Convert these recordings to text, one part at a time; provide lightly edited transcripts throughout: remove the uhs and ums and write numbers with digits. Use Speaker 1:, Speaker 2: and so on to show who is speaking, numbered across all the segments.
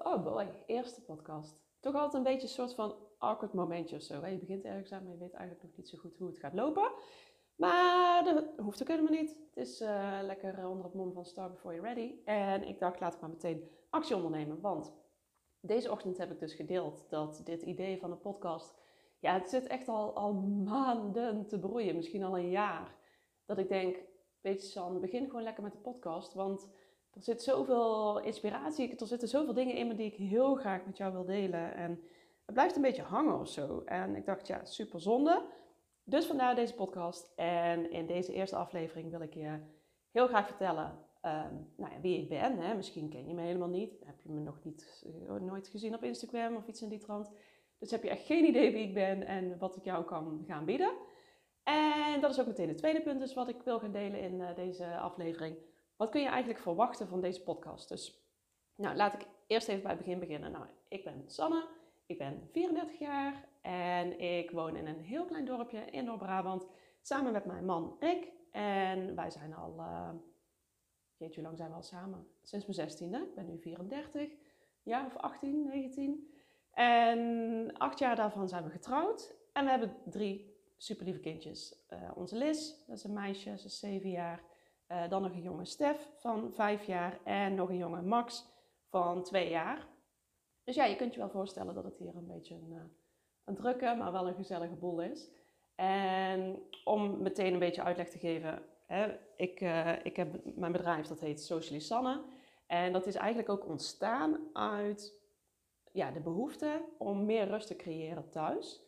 Speaker 1: Oh boy, eerste podcast. Toch altijd een beetje een soort van awkward momentje of zo. Hè? Je begint ergens aan, maar je weet eigenlijk nog niet zo goed hoe het gaat lopen. Maar dat hoeft ook helemaal niet. Het is lekker onder het mom van start before you're ready. En ik dacht, laat ik maar meteen actie ondernemen. Want deze ochtend heb ik dus gedeeld dat dit idee van een podcast... Ja, het zit echt al maanden te broeien. Misschien al een jaar. Dat ik denk, weet je San, begin gewoon lekker met de podcast. Want er zit zoveel inspiratie, er zitten zoveel dingen in me die ik heel graag met jou wil delen. En het blijft een beetje hangen of zo. En ik dacht, ja, super zonde. Dus vandaar deze podcast. En in deze eerste aflevering wil ik je heel graag vertellen nou ja, wie ik ben. Hè. Misschien ken je me helemaal niet. Heb je me nog nooit gezien op Instagram of iets in die trant. Dus heb je echt geen idee wie ik ben en wat ik jou kan gaan bieden. En dat is ook meteen het tweede punt dus wat ik wil gaan delen in deze aflevering. Wat kun je eigenlijk verwachten van deze podcast? Dus nou, laat ik eerst even bij het begin beginnen. Nou, ik ben Sanne, ik ben 34 jaar en ik woon in een heel klein dorpje in Noord-Brabant samen met mijn man Rick. En wij zijn al, jeetje, hoe lang zijn we al samen? Sinds mijn 16e. Ik ben nu 34, jaar of 18, 19. En 8 jaar daarvan zijn we getrouwd. En we hebben 3 super lieve kindjes. Onze Liz, dat is een meisje, ze is 7 jaar. Dan nog een jonge Stef van 5 jaar. En nog een jonge Max van 2 jaar. Dus ja, je kunt je wel voorstellen dat het hier een beetje een drukke, maar wel een gezellige boel is. En om meteen een beetje uitleg te geven. Hè, ik heb mijn bedrijf, dat heet Socially Sanne. En dat is eigenlijk ook ontstaan uit de behoefte om meer rust te creëren thuis.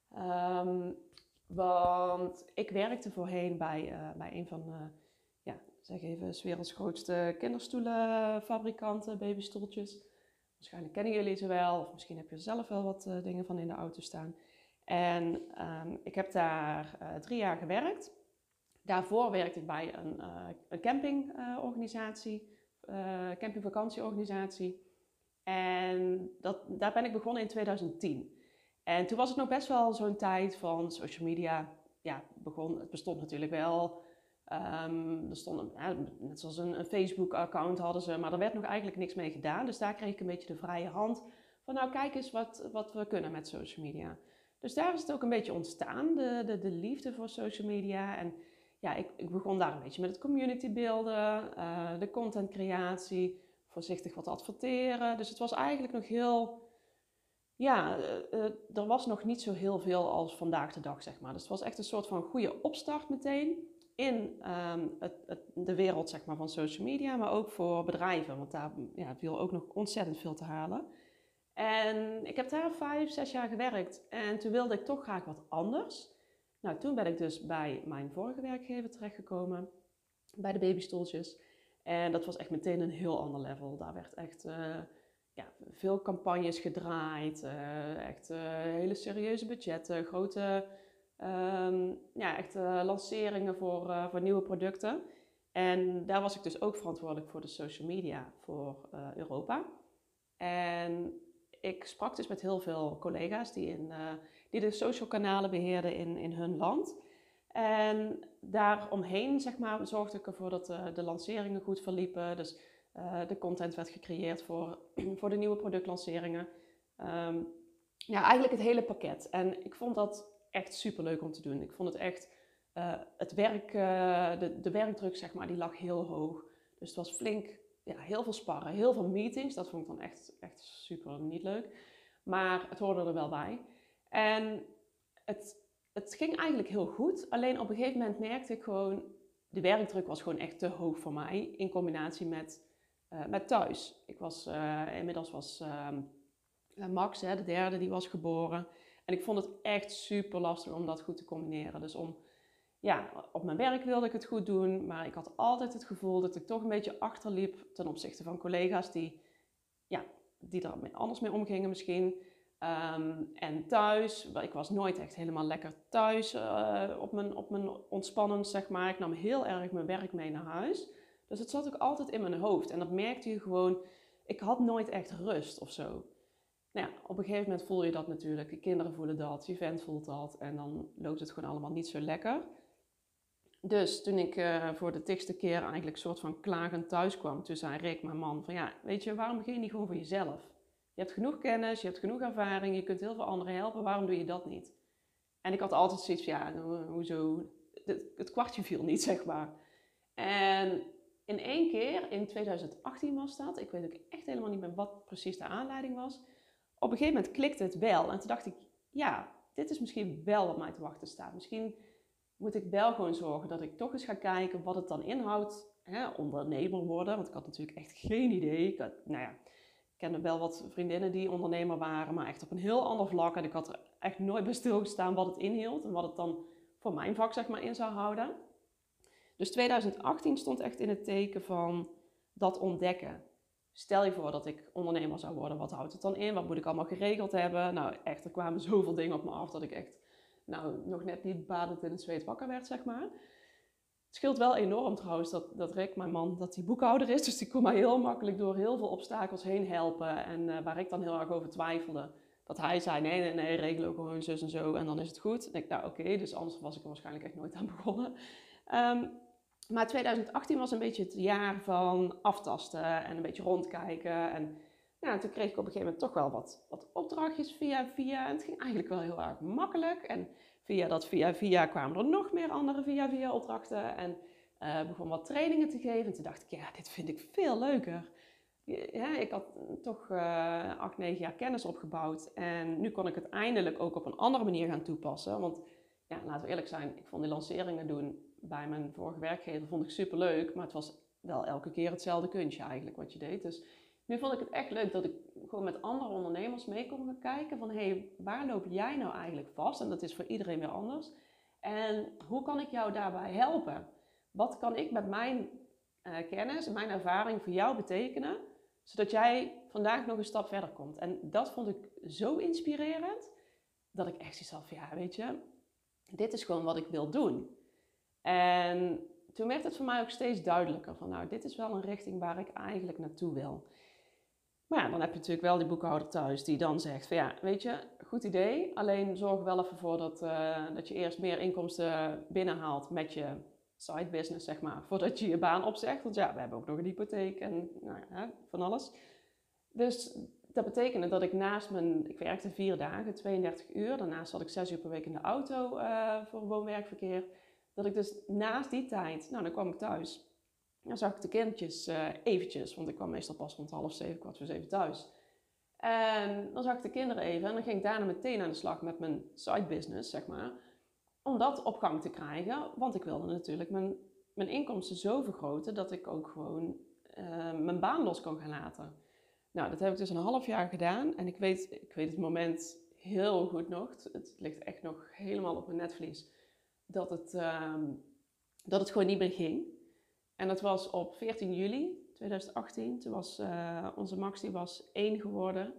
Speaker 1: Want ik werkte voorheen bij een van, zeg even, 's werelds grootste kinderstoelenfabrikanten, babystoeltjes. Waarschijnlijk kennen jullie ze wel, of misschien heb je er zelf wel wat dingen van in de auto staan. En ik heb daar 3 jaar gewerkt. Daarvoor werkte ik bij een campingorganisatie, campingvakantieorganisatie. En daar ben ik begonnen in 2010. En toen was het nog best wel zo'n tijd van social media. Ja, het bestond natuurlijk wel. Er stond, net zoals een Facebook-account hadden ze, maar er werd nog eigenlijk niks mee gedaan. Dus daar kreeg ik een beetje de vrije hand van nou kijk eens wat we kunnen met social media. Dus daar is het ook een beetje ontstaan, de liefde voor social media. En ja, ik begon daar een beetje met het community beelden, de content creatie, voorzichtig wat adverteren. Dus het was eigenlijk nog heel, er was nog niet zo heel veel als vandaag de dag, zeg maar. Dus het was echt een soort van goede opstart meteen in de wereld, zeg maar, van social media, maar ook voor bedrijven, want daar viel ook nog ontzettend veel te halen. En ik heb daar 5, 6 jaar gewerkt en toen wilde ik toch graag wat anders. Nou, toen ben ik dus bij mijn vorige werkgever terechtgekomen, bij de babystoeltjes. En dat was echt meteen een heel ander level. Daar werd echt veel campagnes gedraaid, echt hele serieuze budgetten, grote lanceringen voor nieuwe producten. En daar was ik dus ook verantwoordelijk voor de social media voor Europa. En ik sprak dus met heel veel collega's die de social kanalen beheerden in hun land. En daaromheen, zeg maar, zorgde ik ervoor dat de lanceringen goed verliepen. Dus de content werd gecreëerd voor de nieuwe productlanceringen. Eigenlijk het hele pakket. En ik vond dat echt super leuk om te doen. Ik vond het echt, het werk, de werkdruk, zeg maar, die lag heel hoog. Dus het was flink, heel veel sparren, heel veel meetings. Dat vond ik dan echt super niet leuk. Maar het hoorde er wel bij. En het ging eigenlijk heel goed. Alleen op een gegeven moment merkte ik gewoon, de werkdruk was gewoon echt te hoog voor mij. In combinatie met thuis. Inmiddels was Max, de derde, die was geboren. En ik vond het echt super lastig om dat goed te combineren. Dus op mijn werk wilde ik het goed doen. Maar ik had altijd het gevoel dat ik toch een beetje achterliep ten opzichte van collega's die er anders mee omgingen misschien. En thuis, ik was nooit echt helemaal lekker thuis op mijn ontspannen, zeg maar. Ik nam heel erg mijn werk mee naar huis. Dus het zat ook altijd in mijn hoofd. En dat merkte je gewoon, ik had nooit echt rust of zo. Nou ja, op een gegeven moment voel je dat natuurlijk. De kinderen voelen dat, je vent voelt dat. En dan loopt het gewoon allemaal niet zo lekker. Dus toen ik voor de tigste keer eigenlijk soort van klagend thuis kwam, toen zei Rick, mijn man, van ja, weet je, waarom begin je niet gewoon voor jezelf? Je hebt genoeg kennis, je hebt genoeg ervaring, je kunt heel veel anderen helpen. Waarom doe je dat niet? En ik had altijd zoiets van, ja, hoezo? Het kwartje viel niet, zeg maar. En in één keer, in 2018 was dat, ik weet ook echt helemaal niet meer wat precies de aanleiding was. Op een gegeven moment klikte het wel. En toen dacht ik, ja, dit is misschien wel wat mij te wachten staat. Misschien moet ik wel gewoon zorgen dat ik toch eens ga kijken wat het dan inhoudt. Ondernemer worden, want ik had natuurlijk echt geen idee. Ik kende wel wat vriendinnen die ondernemer waren, maar echt op een heel ander vlak. En ik had er echt nooit bij stilgestaan wat het inhield en wat het dan voor mijn vak zeg maar in zou houden. Dus 2018 stond echt in het teken van dat ontdekken. Stel je voor dat ik ondernemer zou worden, wat houdt het dan in? Wat moet ik allemaal geregeld hebben? Nou echt, er kwamen zoveel dingen op me af dat ik echt nog net niet badend in het zweet wakker werd, zeg maar. Het scheelt wel enorm trouwens dat Rick, mijn man, dat hij boekhouder is. Dus die kon mij heel makkelijk door heel veel obstakels heen helpen. En waar ik dan heel erg over twijfelde, dat hij zei, nee, regelen we gewoon zus en zo en dan is het goed. En ik dacht, oké, dus anders was ik er waarschijnlijk echt nooit aan begonnen. Maar 2018 was een beetje het jaar van aftasten en een beetje rondkijken. En toen kreeg ik op een gegeven moment toch wel wat opdrachtjes via. En het ging eigenlijk wel heel erg makkelijk. En via kwamen er nog meer andere via opdrachten. En begon wat trainingen te geven. En toen dacht ik, ja, dit vind ik veel leuker. Ja, ik had toch 8, 9 jaar kennis opgebouwd. En nu kon ik het eindelijk ook op een andere manier gaan toepassen. Want ja, laten we eerlijk zijn, ik vond die lanceringen doen bij mijn vorige werkgever vond ik super leuk. Maar het was wel elke keer hetzelfde kunstje eigenlijk wat je deed. Dus nu vond ik het echt leuk dat ik gewoon met andere ondernemers mee kon gaan kijken van waar loop jij nou eigenlijk vast? En dat is voor iedereen weer anders. En hoe kan ik jou daarbij helpen? Wat kan ik met mijn kennis en mijn ervaring voor jou betekenen, zodat jij vandaag nog een stap verder komt? En dat vond ik zo inspirerend, dat ik echt zoiets had van, ja, weet je, dit is gewoon wat ik wil doen. En toen werd het voor mij ook steeds duidelijker van, dit is wel een richting waar ik eigenlijk naartoe wil. Maar ja, dan heb je natuurlijk wel die boekhouder thuis die dan zegt van, ja, weet je, goed idee. Alleen zorg er wel even voor dat je eerst meer inkomsten binnenhaalt met je side business, zeg maar, voordat je je baan opzegt. Want ja, we hebben ook nog een hypotheek en van alles. Dus dat betekende dat ik ik werkte 4 dagen, 32 uur. Daarnaast zat ik 6 uur per week in de auto voor woon-werkverkeer. Dat ik dus naast die tijd, dan kwam ik thuis. Dan zag ik de kindjes eventjes, want ik kwam meestal pas rond 6:30, 6:15 thuis. En dan zag ik de kinderen even en dan ging ik daarna meteen aan de slag met mijn side business, zeg maar. Om dat op gang te krijgen, want ik wilde natuurlijk mijn inkomsten zo vergroten dat ik ook gewoon mijn baan los kon gaan laten. Nou, dat heb ik dus een half jaar gedaan en ik weet het moment heel goed nog. Het ligt echt nog helemaal op mijn netvlies dat het gewoon niet meer ging. En dat was op 14 juli 2018. Toen was onze Max die was 1 geworden.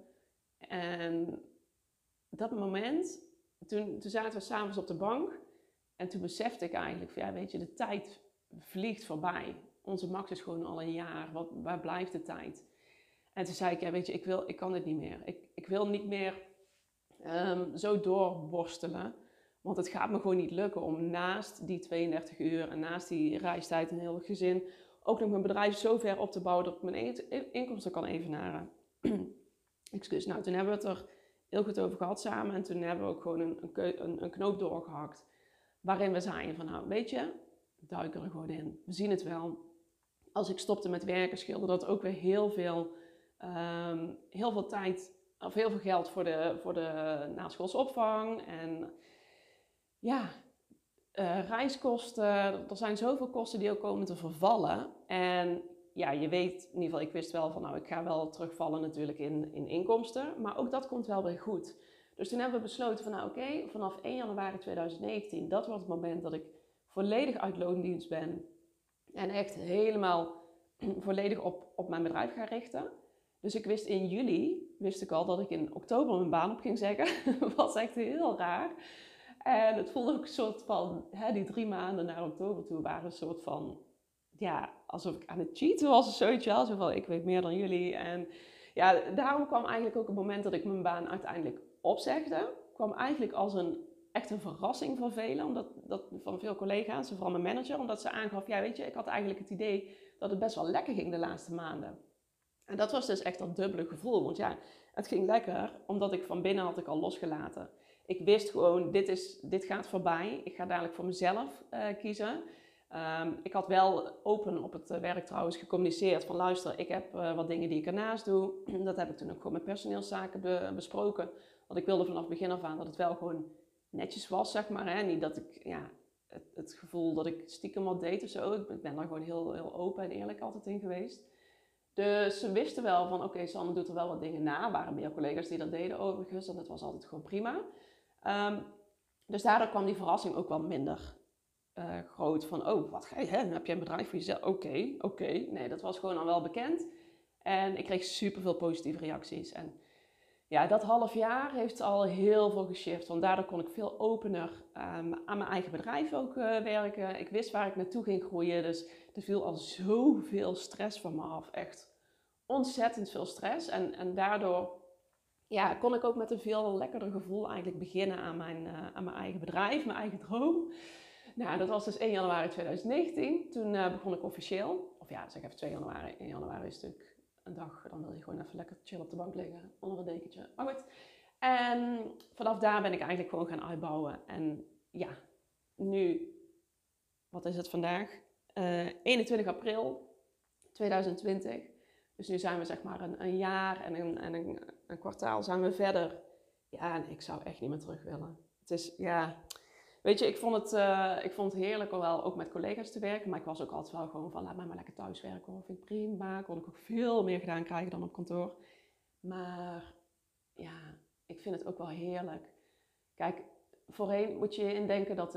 Speaker 1: En dat moment, toen zaten we s'avonds op de bank. En toen besefte ik eigenlijk van, ja, weet je, de tijd vliegt voorbij. Onze Max is gewoon al een jaar. Waar blijft de tijd? En toen zei ik, ja, weet je, ik kan dit niet meer. Ik wil niet meer zo doorworstelen. Want het gaat me gewoon niet lukken om naast die 32 uur en naast die reistijd en heel het gezin ook nog mijn bedrijf zo ver op te bouwen dat ik mijn inkomsten kan evenaren. Excuus. Nou, toen hebben we het er heel goed over gehad samen en toen hebben we ook gewoon een knoop doorgehakt. Waarin we zeiden van, nou, weet je, duik er gewoon in. We zien het wel. Als ik stopte met werken scheelde dat ook weer heel veel tijd of heel veel geld voor de naschoolse opvang en ja, reiskosten. Er zijn zoveel kosten die ook komen te vervallen. En ja, je weet, in ieder geval, ik wist wel van, nou, ik ga wel terugvallen natuurlijk in inkomsten. Maar ook dat komt wel weer goed. Dus toen hebben we besloten van, nou oké, vanaf 1 januari 2019, dat wordt het moment dat ik volledig uit loondienst ben. En echt helemaal volledig op mijn bedrijf ga richten. Dus ik wist in juli, al dat ik in oktober mijn baan op ging zeggen. Dat was echt heel raar. En het voelde ook een soort van, die 3 maanden naar oktober toe waren een soort van, ja, alsof ik aan het cheaten was of zoiets wel. Zo van, ik weet meer dan jullie. En ja, daarom kwam eigenlijk ook het moment dat ik mijn baan uiteindelijk opzegde. Kwam eigenlijk als echt een verrassing voor velen, van veel collega's, vooral mijn manager. Omdat ze aangaf, ja weet je, ik had eigenlijk het idee dat het best wel lekker ging de laatste maanden. En dat was dus echt dat dubbele gevoel. Want ja, het ging lekker, omdat ik van binnen had ik al losgelaten. Ik wist gewoon, dit gaat voorbij. Ik ga dadelijk voor mezelf kiezen. Ik had wel open op het werk trouwens gecommuniceerd van luister, ik heb wat dingen die ik ernaast doe. Dat heb ik toen ook gewoon met personeelszaken besproken. Want ik wilde vanaf begin af aan dat het wel gewoon netjes was, zeg maar. Hè? Niet dat ik het gevoel dat ik stiekem wat deed of zo. Ik ben daar gewoon heel, heel open en eerlijk altijd in geweest. Dus ze wisten wel van oké, Sanne doet er wel wat dingen na. Er waren meer collega's die dat deden overigens. En dat was altijd gewoon prima. Dus daardoor kwam die verrassing ook wel minder groot. Van oh, wat ga je, hè? Heb jij een bedrijf voor jezelf? Oké. Nee, dat was gewoon al wel bekend. En ik kreeg superveel positieve reacties. En ja, dat half jaar heeft al heel veel geshift. Want daardoor kon ik veel opener aan mijn eigen bedrijf ook werken. Ik wist waar ik naartoe ging groeien. Dus er viel al zoveel stress van me af. Echt ontzettend veel stress. En daardoor kon ik ook met een veel lekkerder gevoel eigenlijk beginnen aan mijn eigen bedrijf. Mijn eigen droom. Nou, dat was dus 1 januari 2019. Toen begon ik officieel. Of ja, zeg even 2 januari. 1 januari is natuurlijk een dag, dan wil je gewoon even lekker chill op de bank liggen, onder een dekentje. Maar goed. En vanaf daar ben ik eigenlijk gewoon gaan uitbouwen. En ja, nu, wat is het vandaag? 21 april 2020. Dus nu zijn we zeg maar een jaar en een kwartaal zijn we verder. Ja, en ik zou echt niet meer terug willen. Het is, ja... Weet je, ik vond het heerlijk om wel ook met collega's te werken. Maar ik was ook altijd wel gewoon van, laat mij maar lekker thuis werken. Hoor. Vind ik prima. Kon ik ook veel meer gedaan krijgen dan op kantoor. Maar ja, ik vind het ook wel heerlijk. Kijk, voorheen moet je indenken dat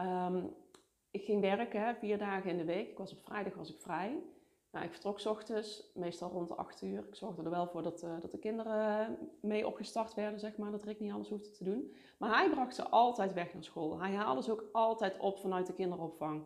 Speaker 1: ik ging werken 4 dagen in de week. Op vrijdag was ik vrij. Nou, ik vertrok 's ochtends, meestal rond de 8 uur. Ik zorgde er wel voor dat de kinderen mee opgestart werden, zeg maar. Dat Rick niet alles hoefde te doen. Maar hij bracht ze altijd weg naar school. Hij haalde ze ook altijd op vanuit de kinderopvang.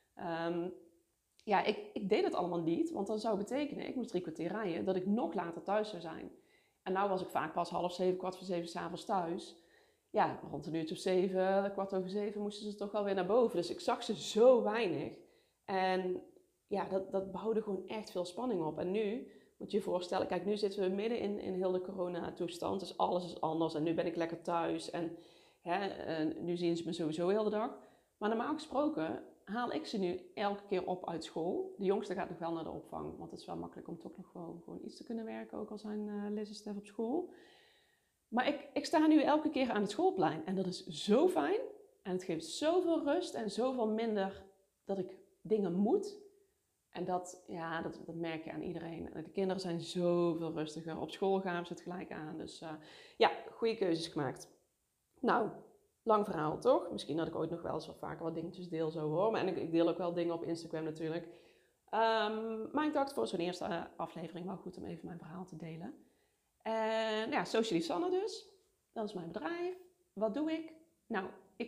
Speaker 1: Ik deed het allemaal niet. Want dat zou betekenen, ik moest 3 kwartier rijden, dat ik nog later thuis zou zijn. En nou was ik vaak pas 6:30, 6:45 s'avonds thuis. Ja, rond een uurtje of 7, 6:15 moesten ze toch wel weer naar boven. Dus ik zag ze zo weinig. En ja, dat bouwde gewoon echt veel spanning op. En nu, moet je je voorstellen, kijk, nu zitten we midden in heel de coronatoestand. Dus alles is anders. En nu ben ik lekker thuis. En nu zien ze me sowieso heel de dag. Maar normaal gesproken haal ik ze nu elke keer op uit school. De jongste gaat nog wel naar de opvang. Want het is wel makkelijk om toch nog wel gewoon iets te kunnen werken. Ook al zijn Liz en Stef op school. Maar ik sta nu elke keer aan het schoolplein. En dat is zo fijn. En het geeft zoveel rust en zoveel minder dat ik dingen moet. En dat merk je aan iedereen. De kinderen zijn zoveel rustiger. Op school gaan ze het gelijk aan. Dus goede keuzes gemaakt. Nou, lang verhaal toch? Misschien dat ik ooit nog wel eens wat vaker wat dingetjes deel zo hoor. En ik deel ook wel dingen op Instagram natuurlijk. Maar ik dacht voor zo'n eerste aflevering wel goed om even mijn verhaal te delen. En Socially Sanne dus. Dat is mijn bedrijf. Wat doe ik? Nou,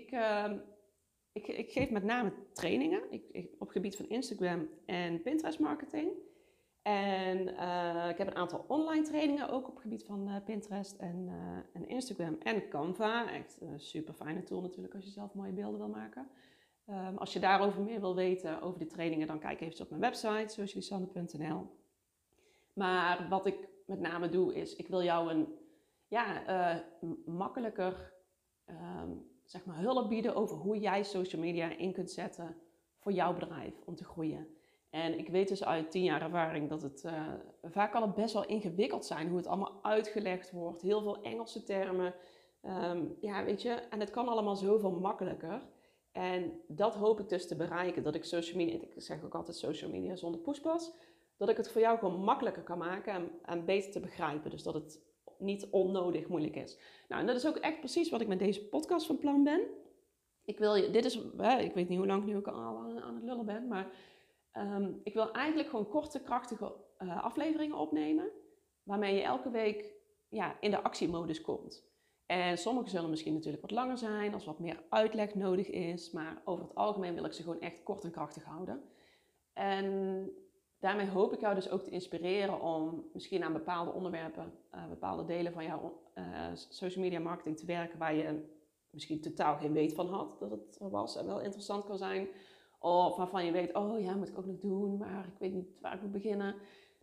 Speaker 1: ik geef met name trainingen op gebied van Instagram en Pinterest marketing. En ik heb een aantal online trainingen ook op gebied van Pinterest en Instagram en Canva. Echt een super fijne tool natuurlijk als je zelf mooie beelden wil maken. Als je daarover meer wil weten over die trainingen, dan kijk even op mijn website, sociallysanne.nl. Maar wat ik met name doe is, ik wil jou een makkelijker hulp bieden over hoe jij social media in kunt zetten voor jouw bedrijf om te groeien. En ik weet dus uit 10 jaar ervaring dat het vaak kan het best wel ingewikkeld zijn hoe het allemaal uitgelegd wordt. Heel veel Engelse termen. Weet je, en het kan allemaal zoveel makkelijker. En dat hoop ik dus te bereiken. Dat ik social media, ik zeg ook altijd social media zonder poespas, dat ik het voor jou gewoon makkelijker kan maken en beter te begrijpen. Dus dat het niet onnodig moeilijk is. Nou, en dat is ook echt precies wat ik met deze podcast van plan ben. Ik weet niet hoe lang ik nu ook al aan het lullen ben, maar ik wil eigenlijk gewoon korte, krachtige afleveringen opnemen, waarmee je elke week in de actiemodus komt. En sommige zullen misschien natuurlijk wat langer zijn, als wat meer uitleg nodig is, maar over het algemeen wil ik ze gewoon echt kort en krachtig houden. En daarmee hoop ik jou dus ook te inspireren om misschien aan bepaalde onderwerpen, bepaalde delen van jouw social media marketing te werken waar je misschien totaal geen weet van had dat het er was en wel interessant kan zijn. Of waarvan je weet, moet ik ook nog doen, maar ik weet niet waar ik moet beginnen.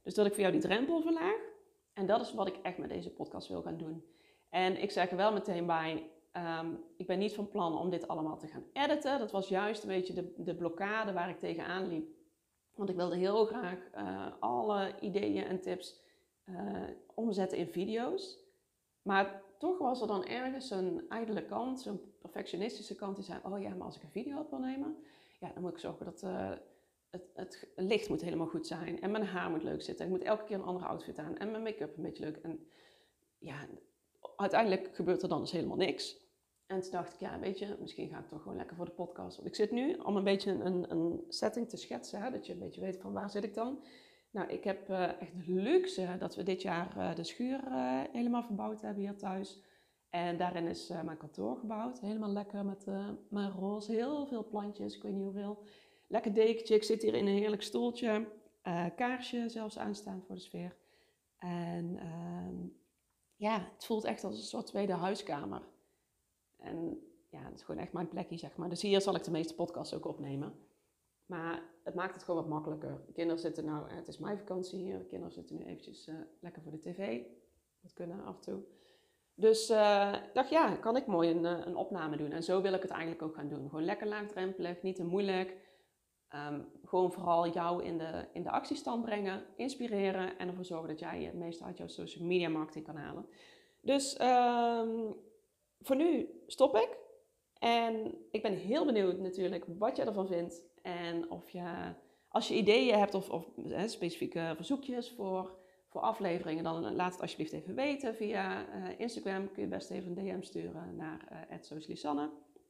Speaker 1: Dus dat ik voor jou die drempel verlaag. En dat is wat ik echt met deze podcast wil gaan doen. En ik zeg er wel meteen bij, ik ben niet van plan om dit allemaal te gaan editen. Dat was juist een beetje de blokkade waar ik tegenaan liep. Want ik wilde heel graag alle ideeën en tips omzetten in video's. Maar toch was er dan ergens een ijdele kant, zo'n perfectionistische kant die zei, oh ja, maar als ik een video op wil nemen, ja, dan moet ik zorgen dat het licht moet helemaal goed zijn. En mijn haar moet leuk zitten. Ik moet elke keer een andere outfit aan. En mijn make-up een beetje leuk. En ja, uiteindelijk gebeurt er dan dus helemaal niks. En toen dacht ik, ja, weet je, misschien ga ik toch gewoon lekker voor de podcast. Want ik zit nu om een beetje een setting te schetsen, hè, dat je een beetje weet van waar zit ik dan. Nou, ik heb echt de luxe dat we dit jaar de schuur helemaal verbouwd hebben hier thuis. En daarin is mijn kantoor gebouwd. Helemaal lekker met mijn roze, heel veel plantjes, ik weet niet hoeveel. Lekker dekentje, ik zit hier in een heerlijk stoeltje. Kaarsje zelfs aanstaan voor de sfeer. En ja, het voelt echt als een soort tweede huiskamer. En ja, het is gewoon echt mijn plekje, zeg maar. Dus hier zal ik de meeste podcasts ook opnemen. Maar het maakt het gewoon wat makkelijker. De kinderen zitten nou, het is meivakantie hier. De kinderen zitten nu eventjes lekker voor de tv. Dat kunnen af en toe. Dus ik dacht, ja, kan ik mooi een opname doen. En zo wil ik het eigenlijk ook gaan doen. Gewoon lekker laagdrempelig, niet te moeilijk. Gewoon vooral jou in de actiestand brengen, inspireren en ervoor zorgen dat jij het meeste uit jouw social media marketing kan halen. Dus voor nu stop ik. En ik ben heel benieuwd natuurlijk wat jij ervan vindt. En of je, als je ideeën hebt of specifieke verzoekjes voor afleveringen, dan laat het alsjeblieft even weten. Via Instagram kun je best even een DM sturen naar @socialisanne.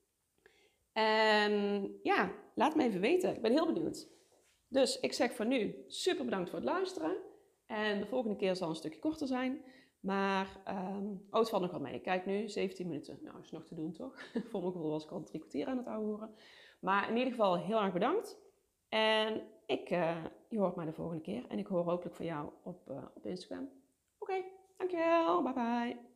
Speaker 1: En ja, laat me even weten. Ik ben heel benieuwd. Dus ik zeg voor nu super bedankt voor het luisteren. En de volgende keer zal een stukje korter zijn. Maar het valt nog wel mee. Kijk nu, 17 minuten. Nou, is nog te doen toch? Voor mijn gevoel was ik al 3 kwartier aan het horen. Maar in ieder geval heel erg bedankt. En je hoort mij de volgende keer. En ik hoor hopelijk van jou op Instagram. Oké, dankjewel. Bye bye.